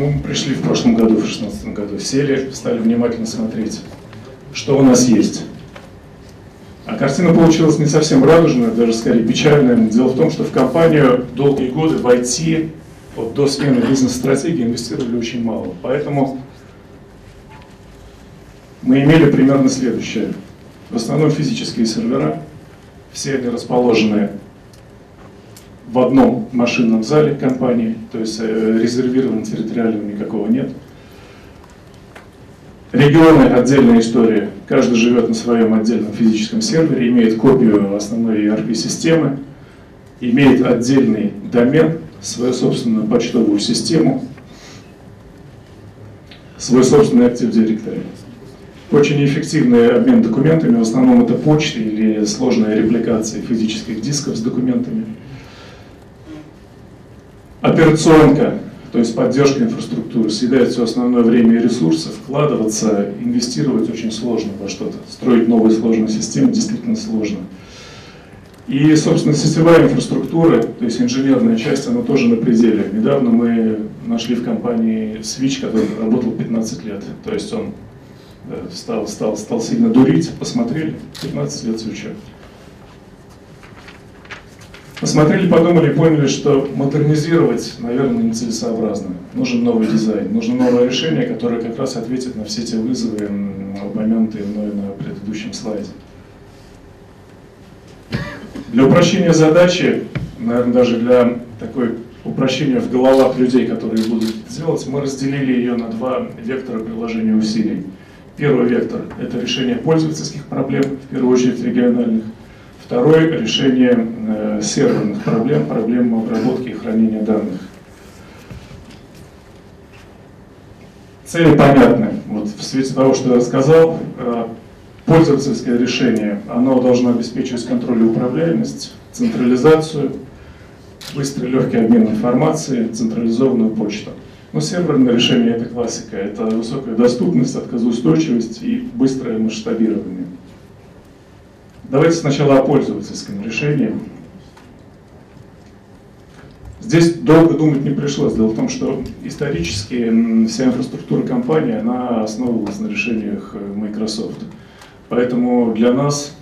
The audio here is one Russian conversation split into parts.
чему мы пришли в прошлом году, в 2016 году. Сели, стали внимательно смотреть, что у нас есть. А картина получилась не совсем радужная, даже скорее печальная. Дело в том, что в компанию долгие годы в IT, вот до смены бизнес-стратегии, инвестировали очень мало. Поэтому мы имели примерно следующее. В основном физические сервера, все они расположены в одном машинном зале компании, то есть резервирования территориального никакого нет. Регионы — отдельная история. Каждый живет на своем отдельном физическом сервере, имеет копию основной ERP-системы, имеет отдельный домен, свою собственную почтовую систему, свой собственный Active Directory. Очень неэффективный обмен документами, в основном это почта или сложная репликация физических дисков с документами. Операционка, то есть поддержка инфраструктуры, съедает все основное время и ресурсы, вкладываться, инвестировать очень сложно во что-то. Строить новые сложные системы действительно сложно. И, собственно, сетевая инфраструктура, то есть инженерная часть, она тоже на пределе. Недавно мы нашли в компании Switch, который работал 15 лет. То есть он стал сильно дурить, посмотрели, 15 лет Switch. Посмотрели, подумали и поняли, что модернизировать, наверное, нецелесообразно. Нужен новый дизайн, нужно новое решение, которое как раз ответит на все те вызовы, упомянутые мной на предыдущем слайде. Для упрощения задачи, наверное, даже для такой упрощения в головах людей, которые будут это делать, мы разделили ее на два вектора приложения усилий. Первый вектор – это решение пользовательских проблем, в первую очередь региональных. Второй – решение серверных проблем, проблем обработки и хранения данных. Цели понятны. Вот в свете того, что я рассказал, пользовательское решение, оно должно обеспечивать контроль и управляемость, централизацию, быстрый легкий обмен информацией, централизованную почту. Но серверное решение – это классика, это высокая доступность, отказоустойчивость и быстрое масштабирование. Давайте сначала о пользовательском решении. Здесь долго думать не пришлось. Дело в том, что исторически вся инфраструктура компании, она основывалась на решениях Microsoft. Поэтому для нас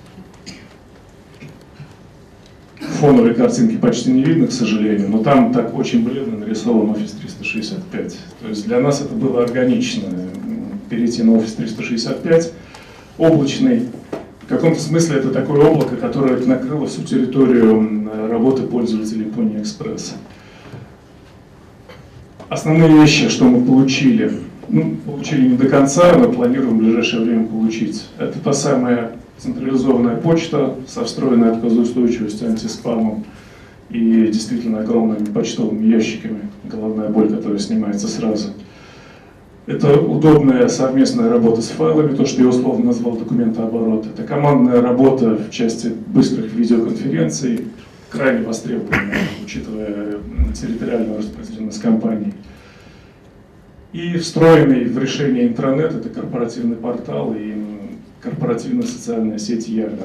фоновой картинки почти не видно, к сожалению, но там так очень бледно нарисован Office 365. То есть для нас это было органично перейти на Office 365, облачный. В каком-то смысле это такое облако, которое накрыло всю территорию работы пользователей Pony Express. Основные вещи, что мы получили, получили не до конца, но планируем в ближайшее время получить. Это та самая централизованная почта со встроенной отказоустойчивостью, антиспамом и действительно огромными почтовыми ящиками, головная боль, которая снимается сразу. Это удобная совместная работа с файлами, то, что я условно назвал документооборот. Это командная работа в части быстрых видеоконференций, крайне востребованная, учитывая территориальную распределенность компаний. И встроенный в решение интранет, это корпоративный портал и корпоративная социальная сеть Ягер.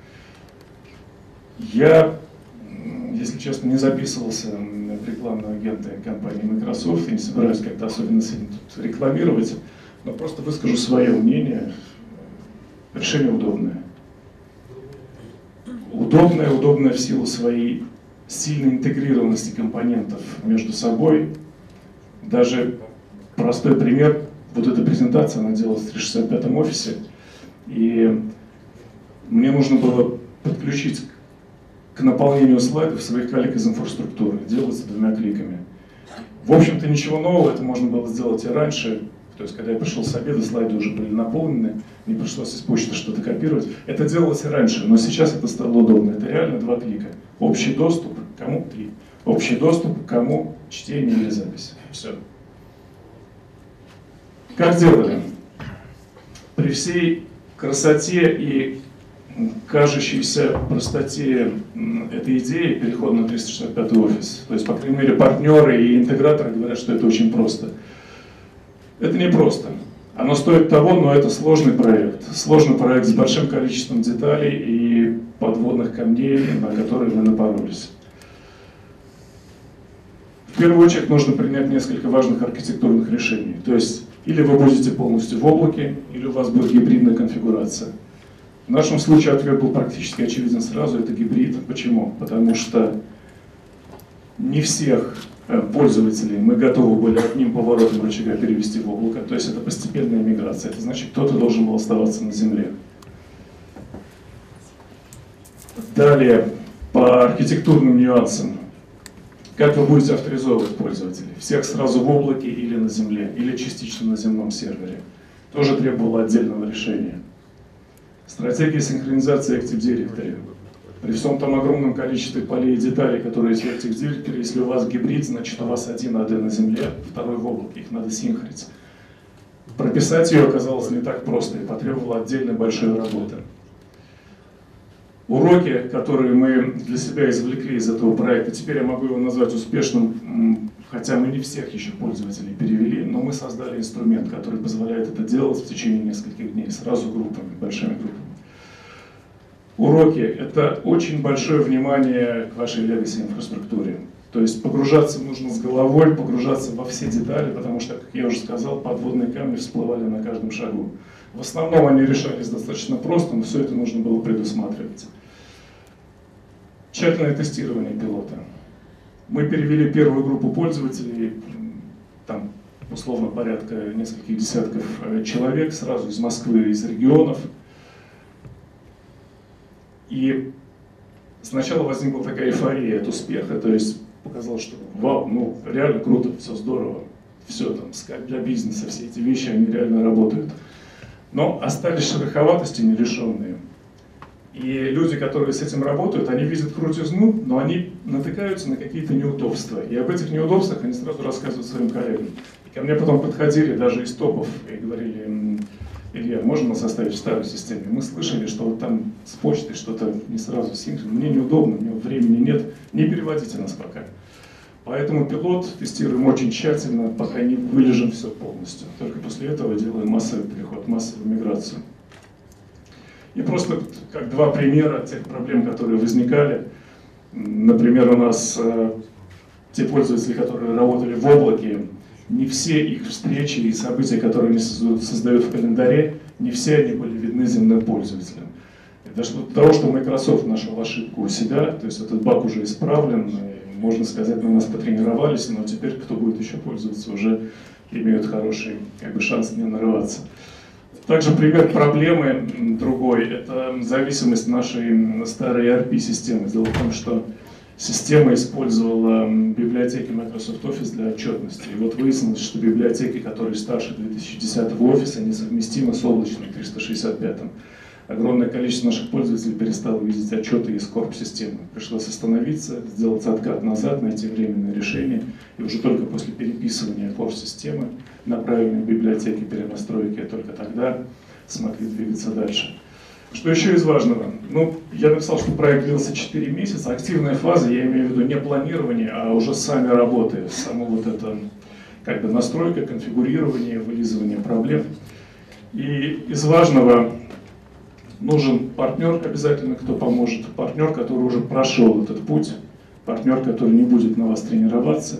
Я, если честно, не записывался в рекламные агенты компании Microsoft, и не собираюсь как-то особенно сильно тут рекламировать, но просто выскажу свое мнение. Решение удобное. Удобное в силу своей сильной интегрированности компонентов между собой. Даже простой пример, вот эта презентация, она делалась в 365-м офисе, и мне нужно было подключить к наполнению слайдов своих коллег из инфраструктуры. Делается двумя кликами. В общем-то, ничего нового, это можно было сделать и раньше. То есть, когда я пришел с обеда, слайды уже были наполнены, не пришлось из почты что-то копировать. Это делалось и раньше, но сейчас это стало удобно. Это реально два клика. Общий доступ, кому три. Общий доступ, кому чтение или запись. Все. Как делали? При всей красоте и кажущейся простоте этой идеи перехода на 365 офис. То есть, по крайней мере, партнеры и интеграторы говорят, что это очень просто. Это не просто. Оно стоит того, но это сложный проект. Сложный проект с большим количеством деталей и подводных камней, на которые мы напоролись. В первую очередь нужно принять несколько важных архитектурных решений. То есть или вы будете полностью в облаке, или у вас будет гибридная конфигурация. В нашем случае ответ был практически очевиден сразу, это гибрид. Почему? Потому что не всех пользователей мы готовы были одним поворотом рычага перевести в облако, то есть это постепенная миграция. Это значит, кто-то должен был оставаться на земле. Далее, по архитектурным нюансам. Как вы будете авторизовывать пользователей? Всех сразу в облаке или на земле, или частично на земном сервере? Тоже требовало отдельного решения. Стратегия синхронизации Active Directory. При всем том огромном количестве полей и деталей, которые есть в Active Directory, если у вас гибрид, значит у вас один AD на земле, второй в облаке, их надо синхрить. Прописать ее оказалось не так просто и потребовало отдельной большой работы. Уроки, которые мы для себя извлекли из этого проекта, теперь я могу его назвать успешным, хотя мы не всех еще пользователей перевели, но мы создали инструмент, который позволяет это делать в течение нескольких дней, сразу группами, большими группами. Уроки – это очень большое внимание к вашей legacy инфраструктуре. То есть погружаться нужно с головой, погружаться во все детали, потому что, как я уже сказал, подводные камни всплывали на каждом шагу. В основном они решались достаточно просто, но все это нужно было предусматривать. Тщательное тестирование пилота. Мы перевели первую группу пользователей, там условно порядка нескольких десятков человек, сразу из Москвы, из регионов. И сначала возникла такая эйфория от успеха, то есть показалось, что вау, ну реально круто, все здорово, все там, скайп для бизнеса, все эти вещи, они реально работают. Но остались шероховатости нерешенные. И люди, которые с этим работают, они видят крутизну, но они натыкаются на какие-то неудобства. И об этих неудобствах они сразу рассказывают своим коллегам. И ко мне потом подходили даже из топов и говорили: Илья, можно нас оставить в старой системе? Мы слышали, что вот там с почтой что-то не сразу синхронно. Мне неудобно, мне времени нет, не переводите нас пока. Поэтому пилот тестируем очень тщательно, пока не вылежим все полностью. Только после этого делаем массовый переход, массовую миграцию. И просто как два примера тех проблем, которые возникали. Например, у нас те пользователи, которые работали в облаке, не все их встречи и события, которые они создают в календаре, не все они были видны земным пользователям. И дошло до того, что Microsoft нашел ошибку у себя, то есть этот баг уже исправлен, и, можно сказать, на нас потренировались, но теперь, кто будет еще пользоваться, уже имеют хороший шанс не нарываться. Также пример проблемы другой – это зависимость нашей старой ERP-системы. Дело в том, что система использовала библиотеки Microsoft Office для отчетности. И вот выяснилось, что библиотеки, которые старше 2010 Office, несовместимы с облачным 365. Огромное количество наших пользователей перестало видеть отчеты из корп-системы. Пришлось остановиться, сделать откат назад, найти временное решение. И уже только после переписывания корп-системы на правильные библиотеки, перенастройки, только тогда смогли двигаться дальше. Что еще из важного? Ну, я написал, что проект длился 4 месяца. Активная фаза, я имею в виду не планирование, а уже сами работы. Само вот это настройка, конфигурирование, вылизывание проблем. И из важного нужен партнер обязательно, кто поможет. Партнер, который уже прошел этот путь. Партнер, который не будет на вас тренироваться.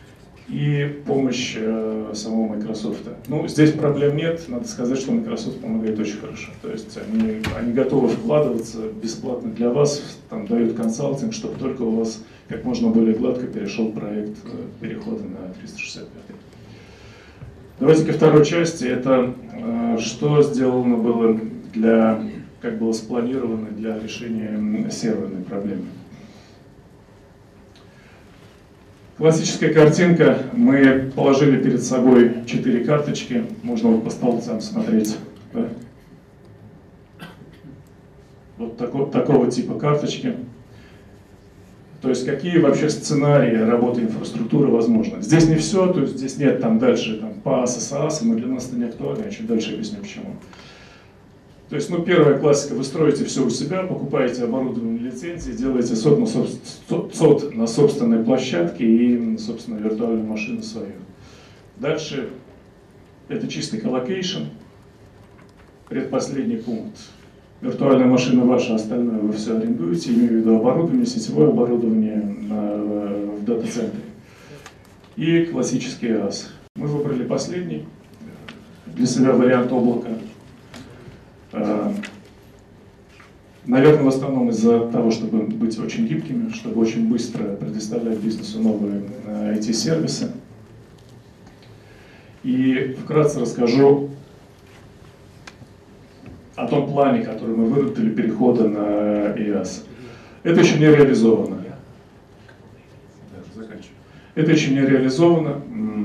И помощь самого Microsoft. Ну, здесь проблем нет. Надо сказать, что Microsoft помогает очень хорошо. То есть они готовы вкладываться бесплатно для вас, там, дают консалтинг, чтобы только у вас как можно более гладко перешел проект перехода на 365. Давайте ко второй части. Это что сделано было как было спланировано для решения серверной проблемы. Классическая картинка. Мы положили перед собой 4 карточки. Можно вот по столбцам смотреть. Да? Вот такого типа карточки. То есть какие вообще сценарии работы инфраструктуры возможны. Здесь не все, то есть здесь нет там дальше там, PaaS и SaaS, но для нас это не актуально, я чуть дальше объясню почему. То есть, первая классика, вы строите все у себя, покупаете оборудование, лицензии, делаете сот на собственной площадке и, собственно, виртуальную машину свою. Дальше это чистый коллокейшн, предпоследний пункт. Виртуальная машина ваша, остальное вы все арендуете, имею в виду оборудование, сетевое оборудование в дата-центре. и классический EAS. Мы выбрали последний для себя вариант облака. Наверное, в основном из-за того, чтобы быть очень гибкими, чтобы очень быстро предоставлять бизнесу новые IT-сервисы. И вкратце расскажу о том плане, который мы выработали перехода на EAS. Это еще не реализовано. Это еще не реализовано.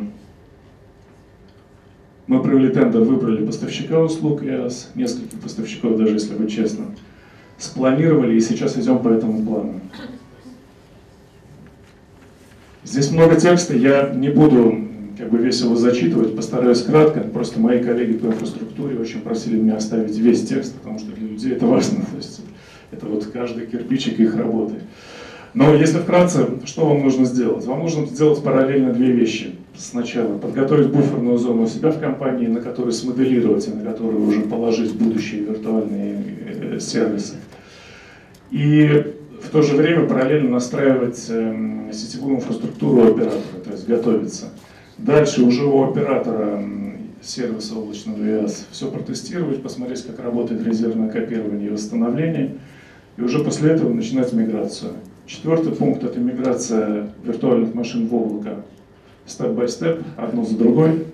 Мы провели тендер, выбрали поставщика услуг EAS, нескольких поставщиков, даже если быть честным, спланировали и сейчас идем по этому плану. Здесь много текста, я не буду весь его зачитывать, постараюсь кратко, просто мои коллеги по инфраструктуре очень просили меня оставить весь текст, потому что для людей это важно, то есть это вот каждый кирпичик их работы. Но если вкратце, что вам нужно сделать? Вам нужно сделать параллельно две вещи. Сначала подготовить буферную зону у себя в компании, на которой смоделировать и на которую уже положить будущие виртуальные сервисы. И в то же время параллельно настраивать сетевую инфраструктуру оператора, то есть готовиться. Дальше уже у оператора сервиса облачного EAS все протестировать, посмотреть, как работает резервное копирование и восстановление, и уже после этого начинать миграцию. Четвертый пункт – это миграция виртуальных машин в облако степ-бай-степ, одно за другой.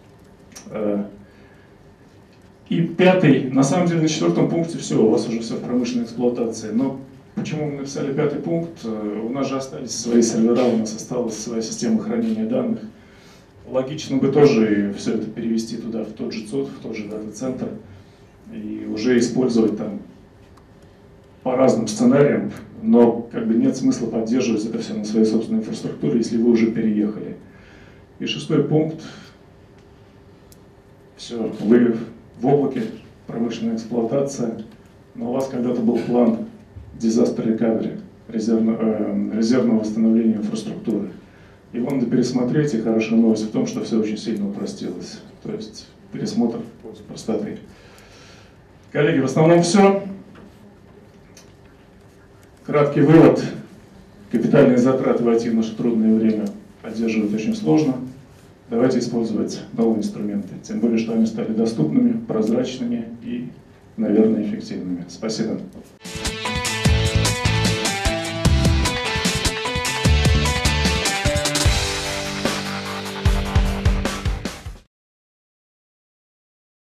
И пятый, на самом деле на четвертом пункте все, у вас уже все в промышленной эксплуатации. Но почему мы написали пятый пункт? У нас же остались свои сервера, у нас осталась своя система хранения данных. Логично бы тоже все это перевести туда, в тот же ЦОД, в тот же дата-центр, и уже использовать там по разным сценариям, но нет смысла поддерживать это все на своей собственной инфраструктуре, если вы уже переехали. И шестой пункт. Все, вы в облаке, промышленная эксплуатация, но у вас когда-то был план disaster recovery, резервного восстановления инфраструктуры. Его надо пересмотреть, и хорошая новость в том, что все очень сильно упростилось. То есть пересмотр в пользу простоты. Коллеги, в основном все. Краткий вывод. Капитальные затраты в IT в наше трудное время поддерживать очень сложно. Давайте использовать новые инструменты. Тем более, что они стали доступными, прозрачными и, наверное, эффективными. Спасибо.